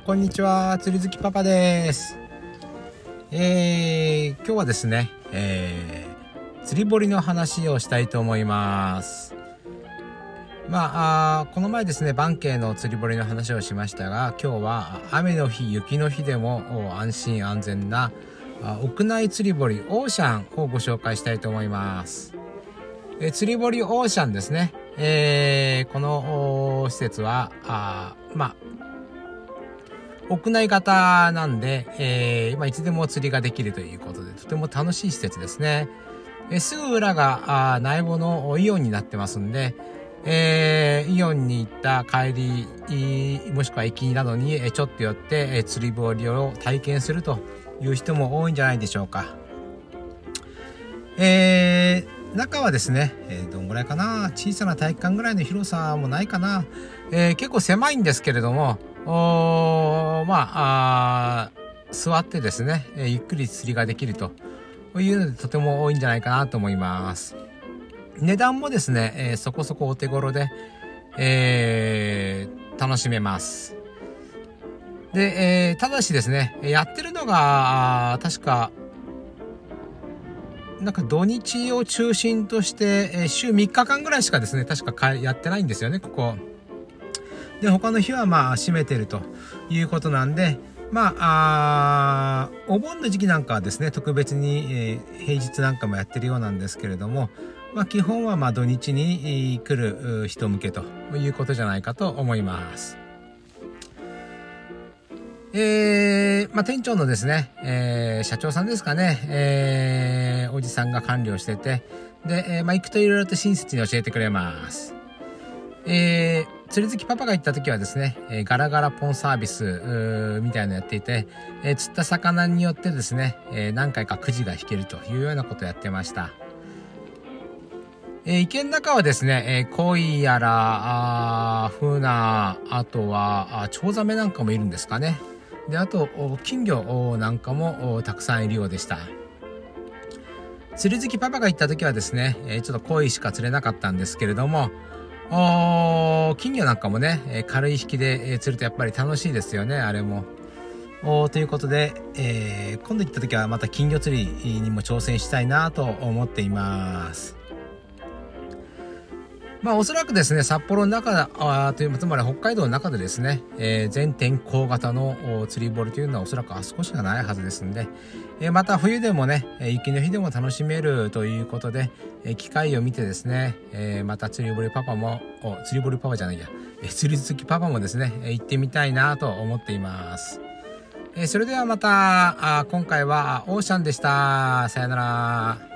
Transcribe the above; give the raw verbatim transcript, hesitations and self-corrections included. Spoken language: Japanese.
こんにちは。釣り好きパパです。えー、今日はですね、えー、釣り堀の話をしたいと思います。まあ、あこの前ですね、バンケイの釣り堀の話をしましたが、今日は雨の日、雪の日でも安心安全な屋内釣り堀オーシャンをご紹介したいと思います。えー、釣り堀オーシャンですね。えー、この施設は、あまあ、屋内型なんで、えーまあ、いつでも釣りができるということで、とても楽しい施設ですね。えー、すぐ裏があ苗穂のイオンになってますんで、えー、イオンに行った帰り、もしくは駅などにちょっと寄って、えー、釣り堀を体験するという人も多いんじゃないでしょうか。えー、中はですね、えー、どんぐらいかな、小さな体育館ぐらいの広さもないかな、えー、結構狭いんですけれども、おまああ座ってですね、えー、ゆっくり釣りができるというので、とても多いんじゃないかなと思います。値段もですね、えー、そこそこお手頃で、えー、楽しめます。で、えー、ただしですね、やってるのが確かなんか土日を中心として、えー、週みっかかんぐらいしかですね、確かやってないんですよね、ここ。で、他の日はまあ閉めてるということなんで、まあ、あお盆の時期なんかはですね、特別に、えー、平日なんかもやってるようなんですけれども、まあ基本はまあ土日に来る人向けということじゃないかと思います。えー、まあ店長のですね、えー、社長さんですかね、えー、おじさんが管理をしてて、で、えー、まあ行くといろいろと親切に教えてくれます。えー、釣り好きパパが行った時はですね、えー、ガラガラポンサービスみたいなのやっていて、えー、釣った魚によってですね、えー、何回かくじが引けるというようなことをやってました。えー、池の中はですね、えー、鯉やら、あフナ、あとはあチョウザメなんかもいるんですかね。で、あと金魚なんかもたくさんいるようでした。釣り好きパパが行った時はですね、えー、ちょっと鯉しか釣れなかったんですけれども、お金魚なんかもね、軽い引きで釣るとやっぱり楽しいですよね、あれも。おということで、えー、今度行った時はまた金魚釣りにも挑戦したいなと思っています。まあおそらくですね、札幌の中あという、つまり北海道の中でですね、えー、全天候型の釣り堀というのはおそらくあそこしかないはずですんで、えー、また冬でもね、雪の日でも楽しめるということで、えー、機会を見てですね、えー、また釣り堀パパも、釣り堀パパじゃないや、えー、釣り好きパパもですね、行ってみたいなと思っています。えー、それではまた、あ今回はオーシャンでした。さよなら。